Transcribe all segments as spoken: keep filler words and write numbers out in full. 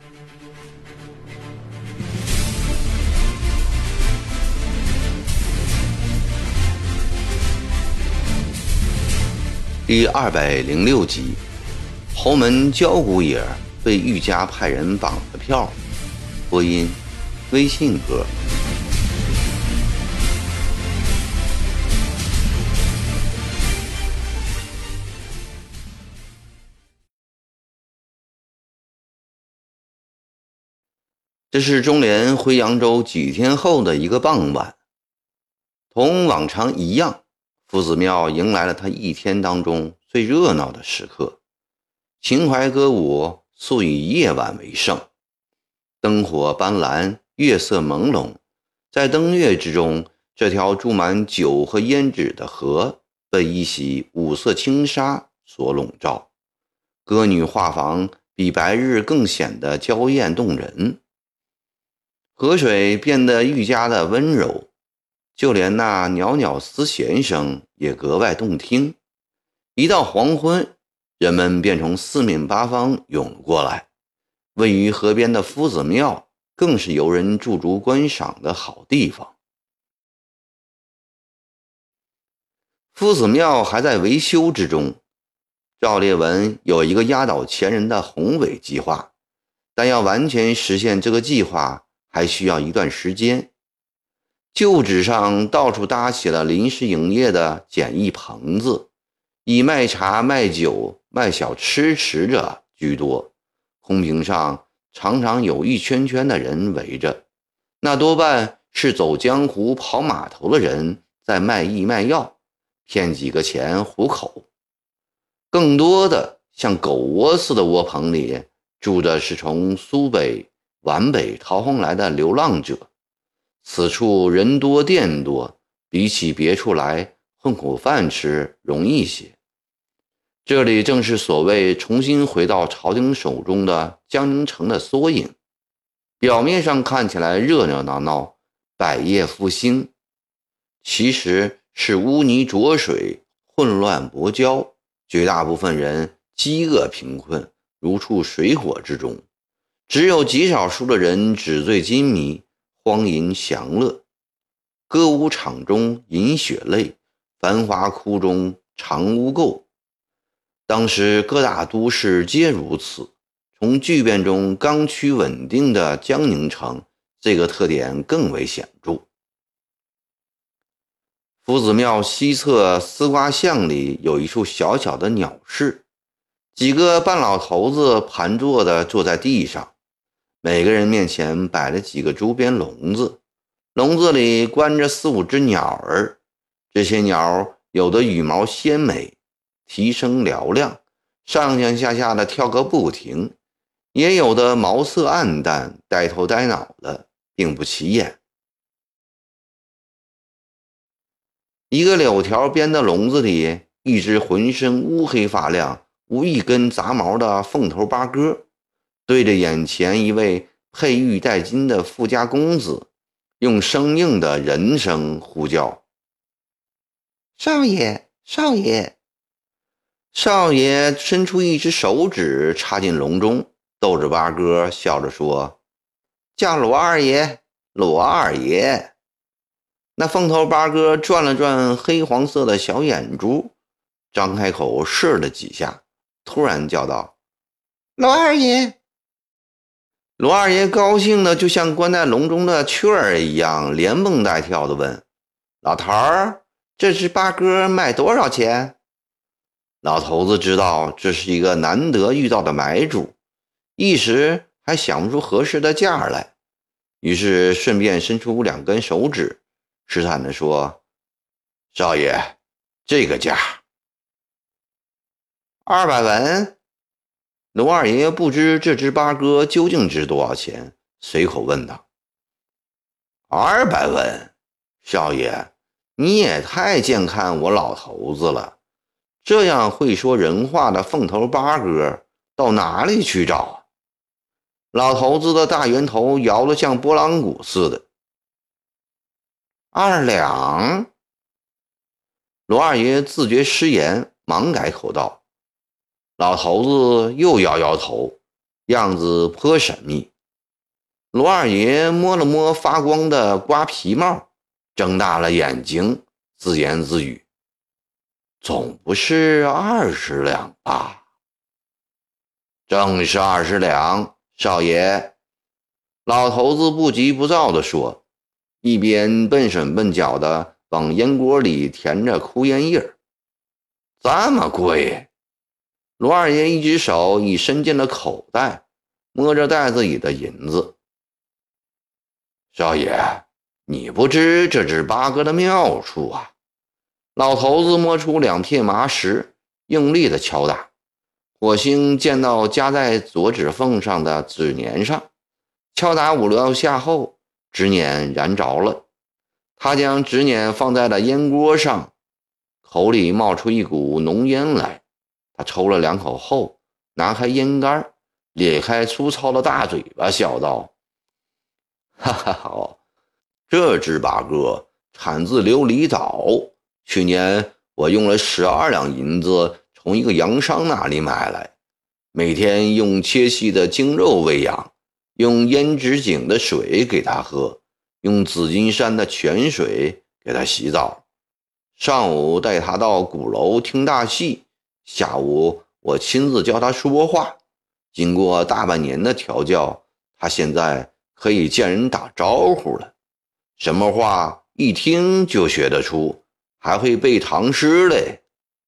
第二百零六集，侯门焦姑爷被玉家派人绑了票。播音：微信哥。这是钟莲回扬州几天后的一个傍晚，同往常一样，夫子庙迎来了他一天当中最热闹的时刻。秦淮歌舞素以夜晚为盛，灯火斑斓，月色朦胧，在灯月之中，这条注满酒和胭脂的河被一袭五色轻纱所笼罩，歌女画舫比白日更显得娇艳动人。河水变得愈加的温柔，就连那袅袅丝弦声也格外动听。一到黄昏，人们便从四面八方涌了过来，位于河边的夫子庙更是游人驻足观赏的好地方。夫子庙还在维修之中，赵烈文有一个压倒前人的宏伟计划，但要完全实现这个计划还需要一段时间。旧址上到处搭起了临时营业的简易棚子，以卖茶、卖酒、卖小吃吃者居多。空坪上常常有一圈圈的人围着，那多半是走江湖跑码头的人在卖艺卖药，骗几个钱糊口。更多的像狗窝似的窝棚里住的是从苏北皖北逃荒来的流浪者，此处人多店多，比起别处来混口饭吃容易些。这里正是所谓重新回到朝廷手中的江宁城的缩影，表面上看起来热热闹闹，百业复兴，其实是污泥浊水，混乱薄交，绝大部分人饥饿贫困，如处水火之中。只有极少数的人纸醉金迷，荒淫享乐。歌舞场中饮血泪，繁华窟中藏污垢。当时各大都市皆如此，从巨变中刚趋稳定的江宁城，这个特点更为显著。夫子庙西侧丝瓜巷里有一处小小的鸟市，几个半老头子盘坐的坐在地上，每个人面前摆了几个竹编笼子，笼子里关着四五只鸟儿。这些鸟有的羽毛鲜美，啼声嘹亮，上上下下的跳个不停，也有的毛色暗淡，呆头呆脑的，并不起眼。一个柳条编的笼子里，一只浑身乌黑发亮，无一根杂毛的凤头八哥，对着眼前一位佩玉戴金的富家公子，用生硬的人声呼叫：少爷，少爷。少爷伸出一只手指插进笼中，逗着八哥笑着说：叫罗二爷，罗二爷。那凤头八哥转了转黑黄色的小眼珠，张开口试了几下，突然叫道：罗二爷。罗二爷高兴的就像关在笼中的雀儿一样，连蹦带跳的问：老头儿，这只八哥卖多少钱？老头子知道这是一个难得遇到的买主，一时还想不出合适的价来，于是顺便伸出两根手指，试探地说：少爷，这个价二百文。罗二爷不知这只八哥究竟值多少钱，随口问道：二百文？少爷，你也太见看我老头子了，这样会说人话的凤头八哥到哪里去找啊？老头子的大圆头摇得像拨浪鼓似的。二两。罗二爷自觉失言，忙改口道。老头子又摇摇头， 样子颇神秘。罗二爷摸了摸发光的瓜皮帽，睁大了眼睛，自言自语：总不是二十两吧？正是二十两，少爷。老头子不急不躁地说，一边笨手笨脚地往烟锅里填着枯烟叶。这么贵？罗二爷一只手已伸进了口袋，摸着袋子里的银子。少爷，你不知这只八哥的妙处啊！老头子摸出两片麻石，用力地敲打。火星溅到夹在左指缝上的纸捻上，敲打五六下后，纸捻燃着了。他将纸捻放在了烟锅上，口里冒出一股浓烟来。他抽了两口后，拿开烟杆，咧开粗糙的大嘴巴，笑道：哈哈好，这只八哥产自琉璃岛，去年我用了十二两银子从一个洋商那里买来，每天用切细的精肉喂养，用胭脂井的水给它喝，用紫金山的泉水给它洗澡。上午带它到鼓楼听大戏，下午我亲自教它说话。经过大半年的调教，它现在可以见人打招呼了，什么话一听就学得出，还会背唐诗嘞。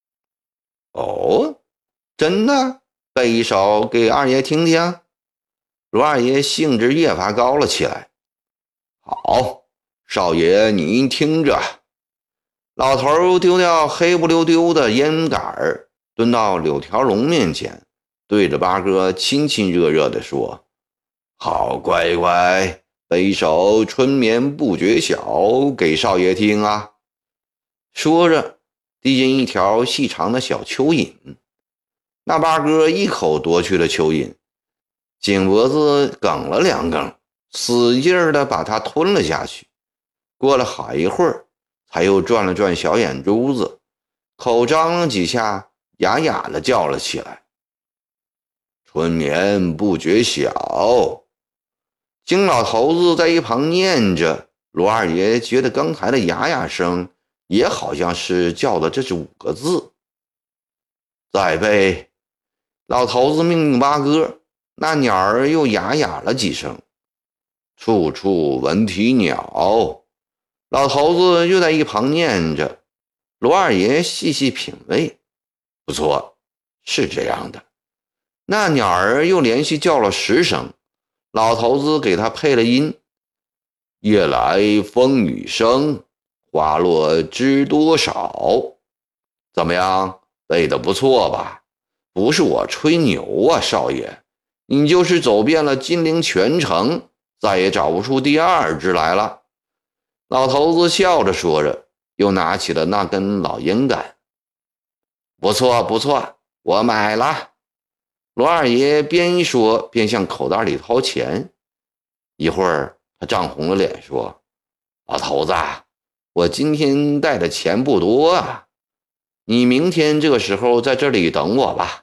哦，真的？背一首给二爷听听。罗二爷兴致越发高了起来。好，少爷您听着。老头丢掉黑不溜丢的烟杆，蹲到柳条龙面前，对着八哥亲亲热热地说：好乖乖，背首春眠不觉晓给少爷听啊。说着递进一条细长的小蚯蚓。那八哥一口夺去了蚯蚓，颈脖子梗了两梗，使劲儿地把它吞了下去。过了好一会儿，才又转了转小眼珠子，口张了几下，哑哑地叫了起来：春眠不觉晓。金老头子在一旁念着，罗二爷觉得刚才的哑哑声也好像是叫的这是五个字。再背。老头子命令八哥，那鸟儿又哑哑了几声。处处闻啼鸟。老头子又在一旁念着。罗二爷细细品味，不错，是这样的。那鸟儿又连续叫了十声，老头子给他配了音：夜来风雨声，花落知多少。怎么样，背得不错吧？不是我吹牛啊，少爷，你就是走遍了金陵全城，再也找不出第二只来了。老头子笑着说着，又拿起了那根老烟杆。不错不错，我买了。罗二爷边说边向口袋里掏钱。一会儿他涨红了脸说：老头子，我今天带的钱不多啊，你明天这个时候在这里等我吧。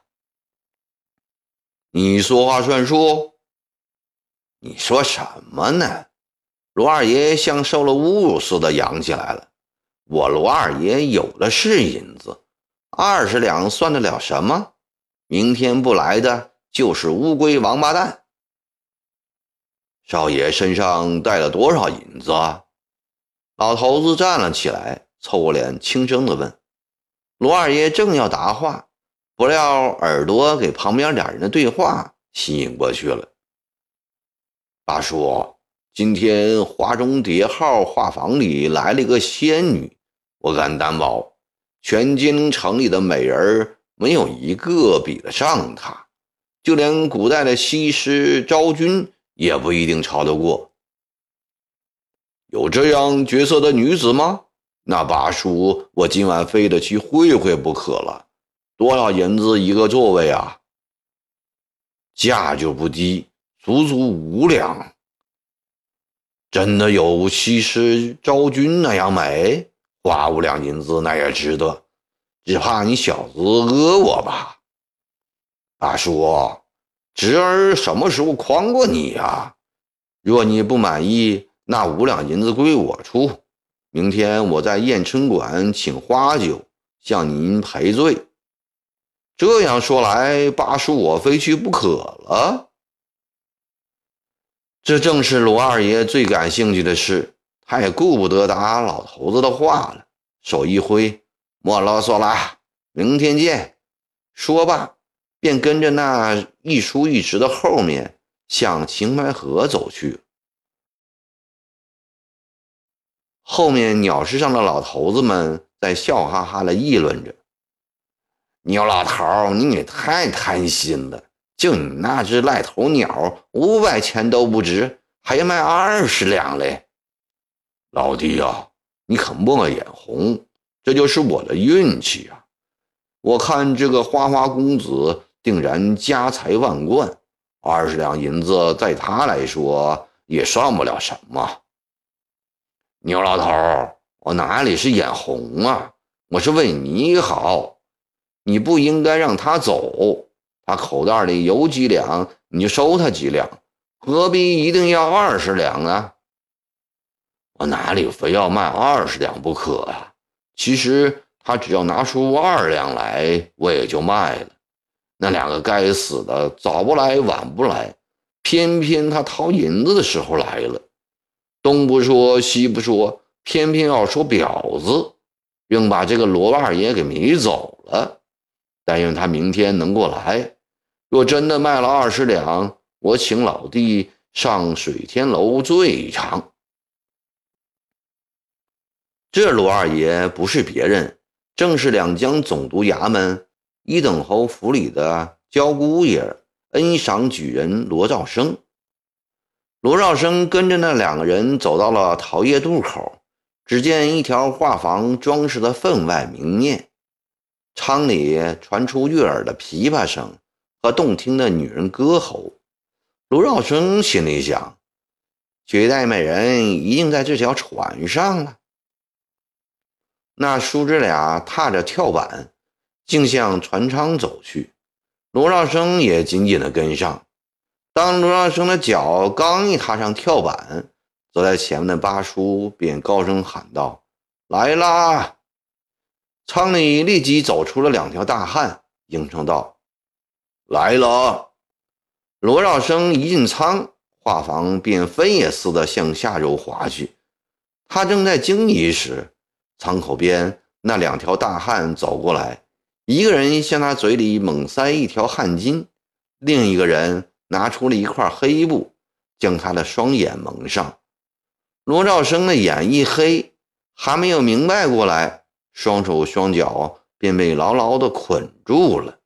你说话算数？你说什么呢？罗二爷像受了侮辱似的扬起来了。我罗二爷有的是银子，二十两算得了什么？明天不来的就是乌龟王八蛋。少爷身上带了多少银子啊？老头子站了起来，凑过脸轻声地问。罗二爷正要答话，不料耳朵给旁边俩人的对话吸引过去了。大叔，今天华中蝶号画舫里来了一个仙女，我敢担保，全金陵城里的美人没有一个比得上她，就连古代的西施昭君也不一定超得过。有这样绝色的女子吗？那八叔，我今晚非得去会会不可了。多少银子一个座位啊？价就不低，足足五两。真的有西施昭君那样美？花五两银子那也值得，只怕你小子讹我吧。大叔， 侄儿什么时候诓过你呀？若你不满意，那五两银子归我出。明天我在燕春馆请花酒，向您赔罪。这样说来，八叔我非去不可了。这正是罗二爷最感兴趣的事，他也顾不得答老头子的话了，手一挥，莫啰嗦啦，明天见。说罢，便跟着那一叔一侄的后面向青白河走去。后面鸟市上的老头子们在笑哈哈地议论着：牛老头，你也太贪心了，就你那只赖头鸟，五百钱都不值，还要卖二十两嘞。老弟啊，你可莫眼红，这就是我的运气啊！我看这个花花公子定然家财万贯，二十两银子在他来说也算不了什么。牛老头，我哪里是眼红啊？我是为你好，你不应该让他走。他口袋里有几两，你就收他几两，何必一定要二十两啊？我哪里非要卖二十两不可啊？其实他只要拿出二两来，我也就卖了。那两个该死的早不来晚不来，偏偏他掏银子的时候来了。东不说西不说，偏偏要说婊子，仍把这个罗二爷给迷走了。但愿他明天能过来，若真的卖了二十两，我请老弟上水天楼醉一场。这罗二爷不是别人，正是两江总督衙门一等侯府里的焦姑爷恩赏举人罗兆生。罗兆生跟着那两个人走到了桃叶渡口，只见一条画舫装饰的分外明艳，舱里传出悦耳的琵琶声和动听的女人歌喉。罗兆生心里想，绝代美人一定在这条船上了。那叔侄俩踏着跳板竟向船舱走去，罗兆生也紧紧地跟上。当罗兆生的脚刚一踏上跳板，走在前面的八叔便高声喊道：来啦！舱里立即走出了两条大汉，应声道：来了！罗兆生一进舱，画舫便飞也似的向下柔滑去。他正在惊疑时，舱口边那两条大汉走过来，一个人向他嘴里猛塞一条汗巾，另一个人拿出了一块黑布，将他的双眼蒙上。罗兆生的眼一黑，还没有明白过来，双手双脚便被牢牢地捆住了。